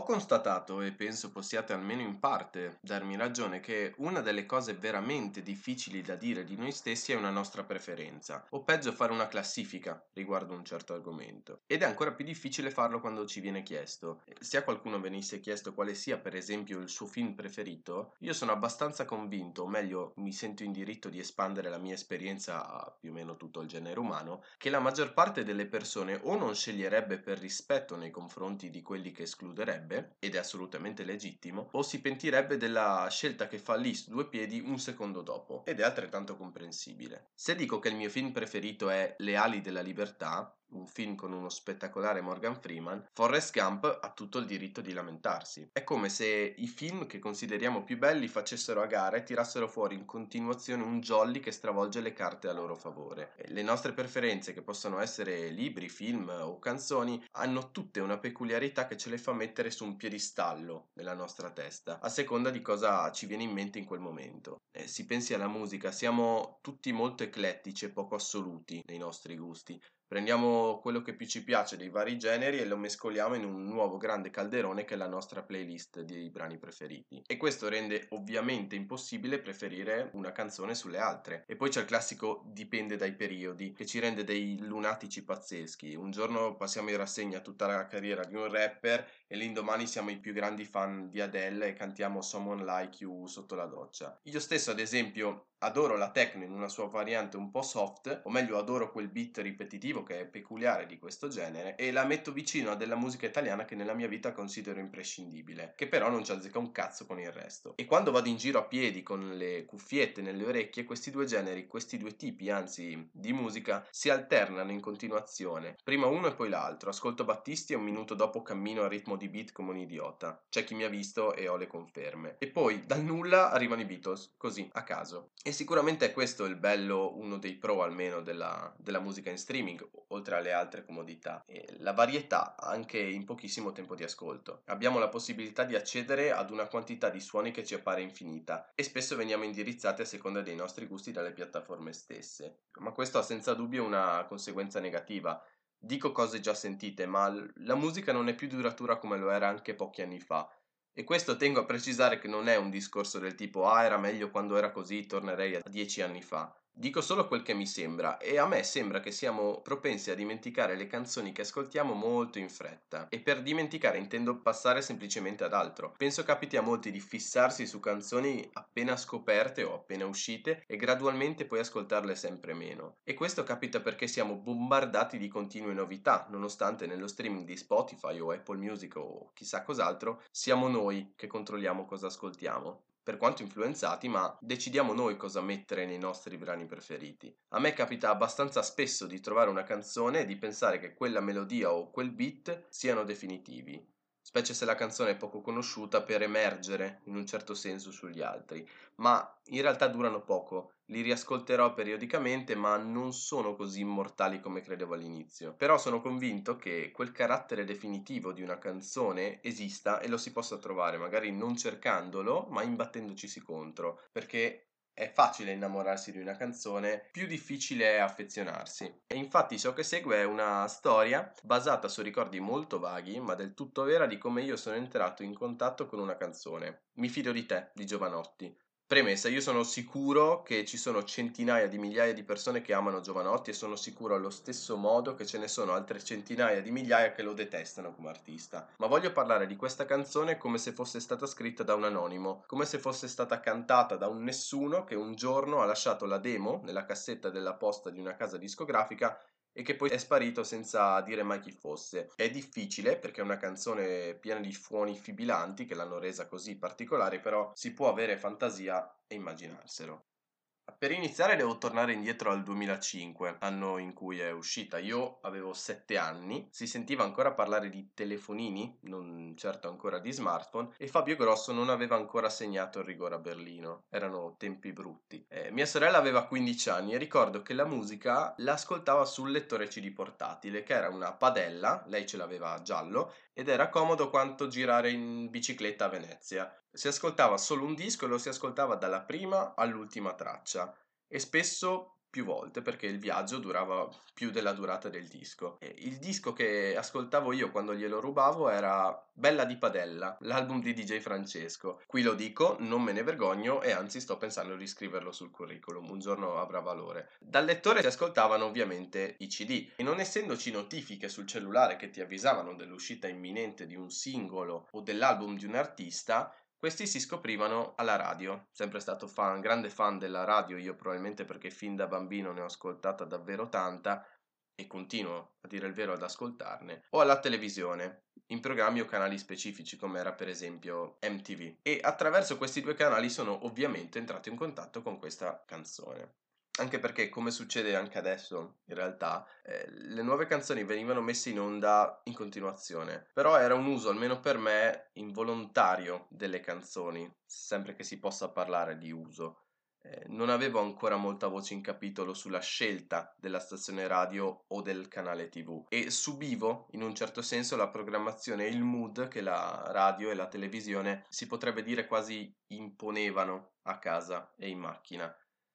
constatato, e penso possiate almeno in parte darmi ragione, che una delle cose veramente difficili da dire di noi stessi è una nostra preferenza, o peggio fare una classifica riguardo un certo argomento. Ed è ancora più difficile farlo quando ci viene chiesto. Se a qualcuno venisse chiesto quale sia, per esempio, il suo film preferito, io sono abbastanza convinto, o meglio, mi sento in diritto di espandere la mia esperienza a più o meno tutto il genere umano, che la maggior parte delle persone o non sceglierebbe per rispetto nei confronti di quelli che escluderebbe, ed è assolutamente legittimo, o si pentirebbe della scelta che fa lì su due piedi un secondo dopo, ed è altrettanto comprensibile. Se dico che il mio film preferito è Le ali della libertà, un film con uno spettacolare Morgan Freeman, Forrest Gump ha tutto il diritto di lamentarsi. È come se i film che consideriamo più belli facessero a gara e tirassero fuori in continuazione un jolly che stravolge le carte a loro favore. Le nostre preferenze, che possono essere libri, film o canzoni, hanno tutte una peculiarità che ce le fa mettere su un piedistallo nella nostra testa, a seconda di cosa ci viene in mente in quel momento. Si pensi alla musica, siamo tutti molto eclettici e poco assoluti nei nostri gusti. Prendiamo quello che più ci piace dei vari generi e lo mescoliamo in un nuovo grande calderone che è la nostra playlist dei brani preferiti. E questo rende ovviamente impossibile preferire una canzone sulle altre. E poi c'è il classico dipende dai periodi, che ci rende dei lunatici pazzeschi. Un giorno passiamo in rassegna tutta la carriera di un rapper e l'indomani siamo i più grandi fan di Adele e cantiamo Someone Like You sotto la doccia. Io stesso, ad esempio, adoro la techno in una sua variante un po' soft, o meglio adoro quel beat ripetitivo che è peculiare di questo genere e la metto vicino a della musica italiana che nella mia vita considero imprescindibile, che però non ci azzecca un cazzo con il resto. E quando vado in giro a piedi con le cuffiette nelle orecchie, questi due generi, questi due tipi, anzi, di musica si alternano in continuazione. Prima uno e poi l'altro. Ascolto Battisti e un minuto dopo cammino a ritmo di beat come un idiota. C'è chi mi ha visto e ho le conferme. E poi dal nulla arrivano i Beatles, così, a caso. E sicuramente è questo il bello, uno dei pro almeno della musica in streaming, oltre alle altre comodità, e la varietà anche in pochissimo tempo di ascolto. Abbiamo la possibilità di accedere ad una quantità di suoni che ci appare infinita e spesso veniamo indirizzati a seconda dei nostri gusti dalle piattaforme stesse. Ma questo ha senza dubbio una conseguenza negativa. Dico cose già sentite, ma la musica non è più duratura come lo era anche pochi anni fa. E questo tengo a precisare che non è un discorso del tipo ah era meglio quando era così, tornerei a 10 anni fa. Dico solo quel che mi sembra e a me sembra che siamo propensi a dimenticare le canzoni che ascoltiamo molto in fretta e per dimenticare intendo passare semplicemente ad altro. Penso capiti a molti di fissarsi su canzoni appena scoperte o appena uscite e gradualmente poi ascoltarle sempre meno. E questo capita perché siamo bombardati di continue novità, nonostante nello streaming di Spotify o Apple Music o chissà cos'altro siamo noi che controlliamo cosa ascoltiamo, per quanto influenzati, ma decidiamo noi cosa mettere nei nostri brani preferiti. A me capita abbastanza spesso di trovare una canzone e di pensare che quella melodia o quel beat siano definitivi, specie se la canzone è poco conosciuta per emergere in un certo senso sugli altri, ma in realtà durano poco. Li riascolterò periodicamente, ma non sono così immortali come credevo all'inizio. Però sono convinto che quel carattere definitivo di una canzone esista e lo si possa trovare, magari non cercandolo, ma imbattendoci contro, perché è facile innamorarsi di una canzone, più difficile è affezionarsi. E infatti ciò che segue è una storia basata su ricordi molto vaghi, ma del tutto vera di come io sono entrato in contatto con una canzone. Mi fido di te, di Giovanotti. Premessa, io sono sicuro che ci sono centinaia di migliaia di persone che amano Giovanotti e sono sicuro allo stesso modo che ce ne sono altre centinaia di migliaia che lo detestano come artista. Ma voglio parlare di questa canzone come se fosse stata scritta da un anonimo, come se fosse stata cantata da un nessuno che un giorno ha lasciato la demo nella cassetta della posta di una casa discografica e che poi è sparito senza dire mai chi fosse. È difficile perché è una canzone piena di suoni fibilanti che l'hanno resa così particolare, però si può avere fantasia e immaginarselo. Per iniziare devo tornare indietro al 2005, anno in cui è uscita. Io avevo 7 anni, si sentiva ancora parlare di telefonini, non certo ancora di smartphone, e Fabio Grosso non aveva ancora segnato il rigore a Berlino. Erano tempi brutti. Mia sorella aveva 15 anni e ricordo che la musica l'ascoltava sul lettore CD portatile, che era una padella, lei ce l'aveva giallo, ed era comodo quanto girare in bicicletta a Venezia. Si ascoltava solo un disco e lo si ascoltava dalla prima all'ultima traccia e spesso più volte perché il viaggio durava più della durata del disco. E il disco che ascoltavo io quando glielo rubavo era Bella di Padella, l'album di DJ Francesco. Qui lo dico, non me ne vergogno e anzi sto pensando di scriverlo sul curriculum, un giorno avrà valore. Dal lettore si ascoltavano ovviamente i CD e non essendoci notifiche sul cellulare che ti avvisavano dell'uscita imminente di un singolo o dell'album di un artista, questi si scoprivano alla radio. Sempre stato grande fan della radio io, probabilmente perché fin da bambino ne ho ascoltata davvero tanta e continuo, a dire il vero, ad ascoltarne, o alla televisione, in programmi o canali specifici come era per esempio MTV. E attraverso questi due canali sono ovviamente entrato in contatto con questa canzone. Anche perché, come succede anche adesso, in realtà, le nuove canzoni venivano messe in onda in continuazione, però era un uso, almeno per me, involontario delle canzoni, sempre che si possa parlare di uso. Non avevo ancora molta voce in capitolo sulla scelta della stazione radio o del canale TV e subivo, in un certo senso, la programmazione e il mood che la radio e la televisione si potrebbe dire quasi imponevano a casa e in macchina.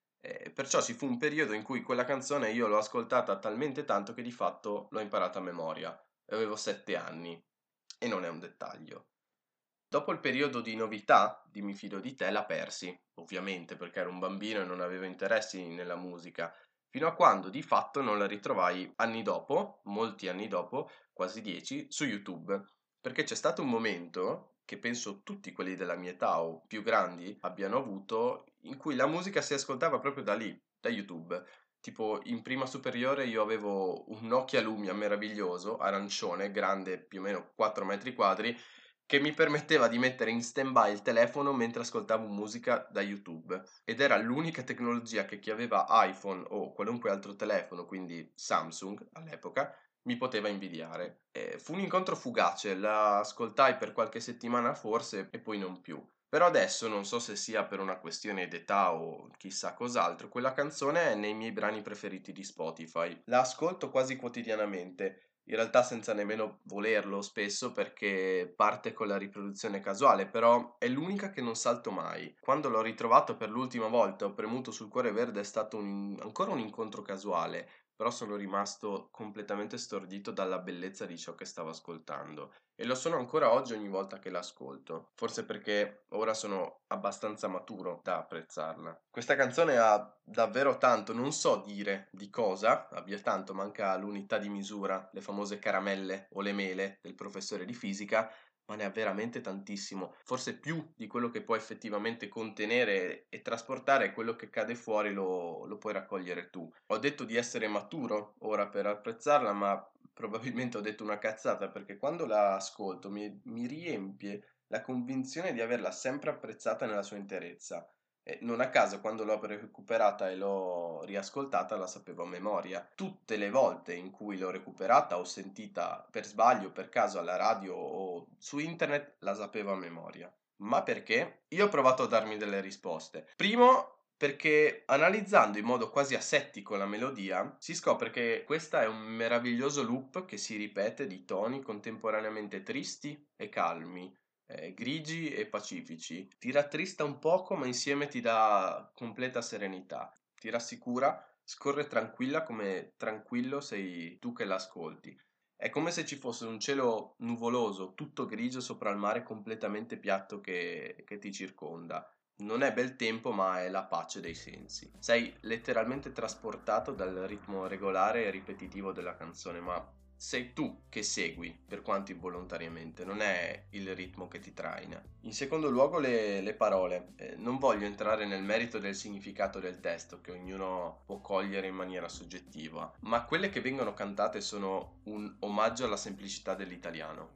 Perciò ci fu un periodo in cui quella canzone io l'ho ascoltata talmente tanto che di fatto l'ho imparata a memoria. Avevo 7 anni e non è un dettaglio. Dopo il periodo di novità di Mi fido di te la persi, ovviamente perché ero un bambino e non avevo interessi nella musica, fino a quando di fatto non la ritrovai anni dopo, molti anni dopo, quasi 10, su YouTube. Perché c'è stato un momento, che penso tutti quelli della mia età o più grandi abbiano avuto, in cui la musica si ascoltava proprio da lì, da YouTube. Tipo in prima superiore io avevo un Nokia Lumia meraviglioso, arancione, grande più o meno 4 metri quadri, che mi permetteva di mettere in stand-by il telefono mentre ascoltavo musica da YouTube ed era l'unica tecnologia che chi aveva iPhone o qualunque altro telefono, quindi Samsung all'epoca, mi poteva invidiare. Fu un incontro fugace, la ascoltai per qualche settimana forse e poi non più. Però adesso, non so se sia per una questione d'età o chissà cos'altro, quella canzone è nei miei brani preferiti di Spotify. La ascolto quasi quotidianamente, in realtà senza nemmeno volerlo spesso perché parte con la riproduzione casuale, però è l'unica che non salto mai. Quando l'ho ritrovato per l'ultima volta, ho premuto sul cuore verde, è stato ancora un incontro casuale, però sono rimasto completamente stordito dalla bellezza di ciò che stavo ascoltando e lo sono ancora oggi ogni volta che l'ascolto, forse perché ora sono abbastanza maturo da apprezzarla. Questa canzone ha davvero tanto, non so dire di cosa abbia tanto, manca l'unità di misura, le famose caramelle o le mele del professore di fisica, ma ne ha veramente tantissimo, forse più di quello che può effettivamente contenere e trasportare, quello che cade fuori lo puoi raccogliere tu. Ho detto di essere maturo ora per apprezzarla, ma probabilmente ho detto una cazzata perché quando la ascolto mi riempie la convinzione di averla sempre apprezzata nella sua interezza. E non a caso quando l'ho recuperata e l'ho riascoltata la sapevo a memoria. Tutte le volte in cui l'ho recuperata o sentita per sbaglio, per caso alla radio o su internet la sapevo a memoria. Ma perché? Io ho provato a darmi delle risposte. Primo, perché analizzando in modo quasi asettico la melodia, si scopre che questa è un meraviglioso loop che si ripete di toni contemporaneamente tristi e calmi, grigi e pacifici. Ti rattrista un poco, ma insieme ti dà completa serenità. Ti rassicura, scorre tranquilla come tranquillo sei tu che l'ascolti. È come se ci fosse un cielo nuvoloso, tutto grigio sopra il mare completamente piatto che ti circonda. Non è bel tempo, ma è la pace dei sensi. Sei letteralmente trasportato dal ritmo regolare e ripetitivo della canzone, ma sei tu che segui, per quanto involontariamente, non è il ritmo che ti traina. In secondo luogo le parole. Non voglio entrare nel merito del significato del testo, che ognuno può cogliere in maniera soggettiva, ma quelle che vengono cantate sono un omaggio alla semplicità dell'italiano.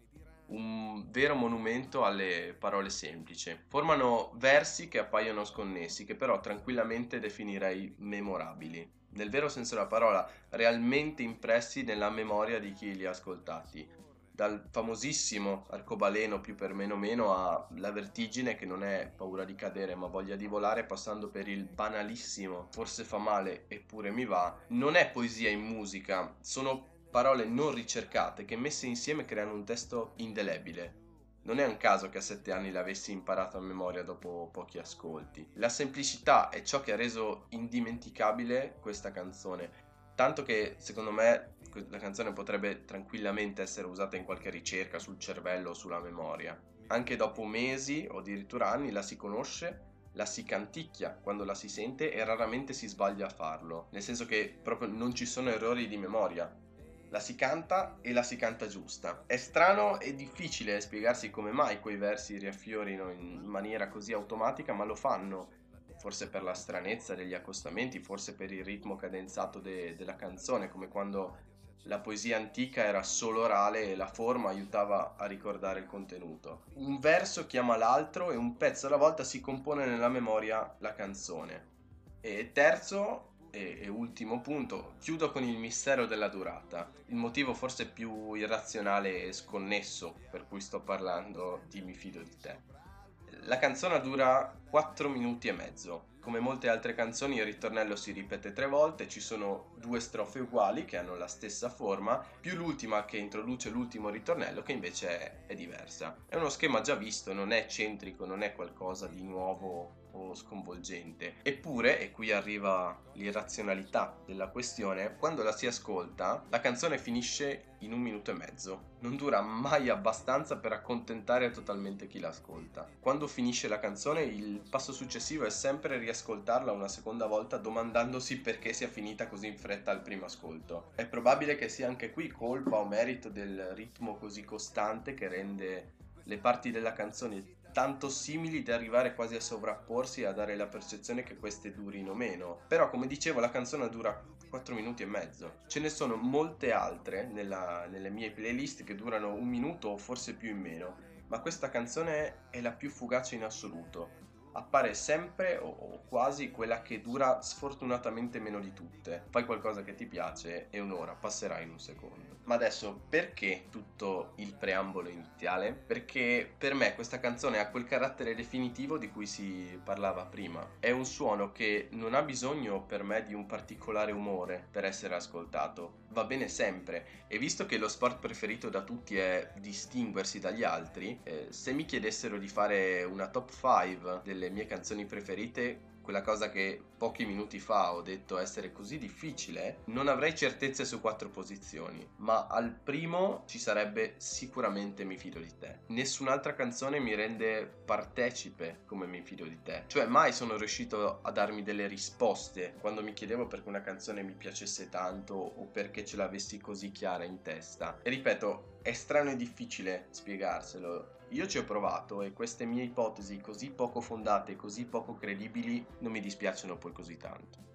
Un vero monumento alle parole semplici. Formano versi che appaiono sconnessi, che però tranquillamente definirei memorabili. Nel vero senso della parola, realmente impressi nella memoria di chi li ha ascoltati. Dal famosissimo arcobaleno più per meno meno a La vertigine, che non è paura di cadere ma voglia di volare, passando per il banalissimo forse fa male eppure mi va. Non è poesia in musica, sono parole non ricercate che messe insieme creano un testo indelebile. Non è un caso che a 7 anni l'avessi imparato a memoria dopo pochi ascolti. La semplicità è ciò che ha reso indimenticabile questa canzone, tanto che secondo me la canzone potrebbe tranquillamente essere usata in qualche ricerca sul cervello o sulla memoria. Anche dopo mesi o addirittura anni la si conosce, la si canticchia quando la si sente e raramente si sbaglia a farlo, nel senso che proprio non ci sono errori di memoria. La si canta e la si canta giusta. È strano e difficile spiegarsi come mai quei versi riaffiorino in maniera così automatica, ma lo fanno. Forse per la stranezza degli accostamenti, forse per il ritmo cadenzato della canzone, come quando la poesia antica era solo orale e la forma aiutava a ricordare il contenuto. Un verso chiama l'altro e un pezzo alla volta si compone nella memoria la canzone. E terzo e ultimo punto, chiudo con il mistero della durata, il motivo forse più irrazionale e sconnesso per cui sto parlando di Mi fido di te. La canzone dura 4 minuti e mezzo. Come molte altre canzoni il ritornello si ripete 3 volte, ci sono 2 strofe uguali che hanno la stessa forma, più l'ultima che introduce l'ultimo ritornello che invece è diversa. È uno schema già visto, non è eccentrico, non è qualcosa di nuovo o sconvolgente. Eppure, e qui arriva l'irrazionalità della questione, quando la si ascolta, la canzone finisce in 1 minuto e mezzo. Non dura mai abbastanza per accontentare totalmente chi l'ascolta. Quando finisce la canzone, il passo successivo è sempre riascoltarla una seconda volta domandandosi perché sia finita così in fretta al primo ascolto. È probabile che sia anche qui colpa o merito del ritmo così costante che rende le parti della canzone tanto simili da arrivare quasi a sovrapporsi e a dare la percezione che queste durino meno. Però, come dicevo, la canzone dura 4 minuti e mezzo. Ce ne sono molte altre nelle mie playlist che durano 1 minuto o forse più in meno, ma questa canzone è la più fugace in assoluto. Appare sempre o quasi quella che dura sfortunatamente meno di tutte. Fai qualcosa che ti piace e un'ora passerà in un secondo. Ma adesso, perché tutto il preambolo iniziale? Perché per me questa canzone ha quel carattere definitivo di cui si parlava prima. È un suono che non ha bisogno per me di un particolare umore per essere ascoltato. Va bene sempre. E visto che lo sport preferito da tutti è distinguersi dagli altri, se mi chiedessero di fare una top 5 delle mie canzoni preferite, quella cosa che pochi minuti fa ho detto essere così difficile, non avrei certezze su 4 posizioni, ma al primo ci sarebbe sicuramente Mi fido di te. Nessun'altra canzone mi rende partecipe come Mi fido di te, cioè mai sono riuscito a darmi delle risposte quando mi chiedevo perché una canzone mi piacesse tanto o perché ce l'avessi così chiara in testa. E ripeto, è strano e difficile spiegarselo. Io ci ho provato e queste mie ipotesi così poco fondate e così poco credibili non mi dispiacciono poi così tanto.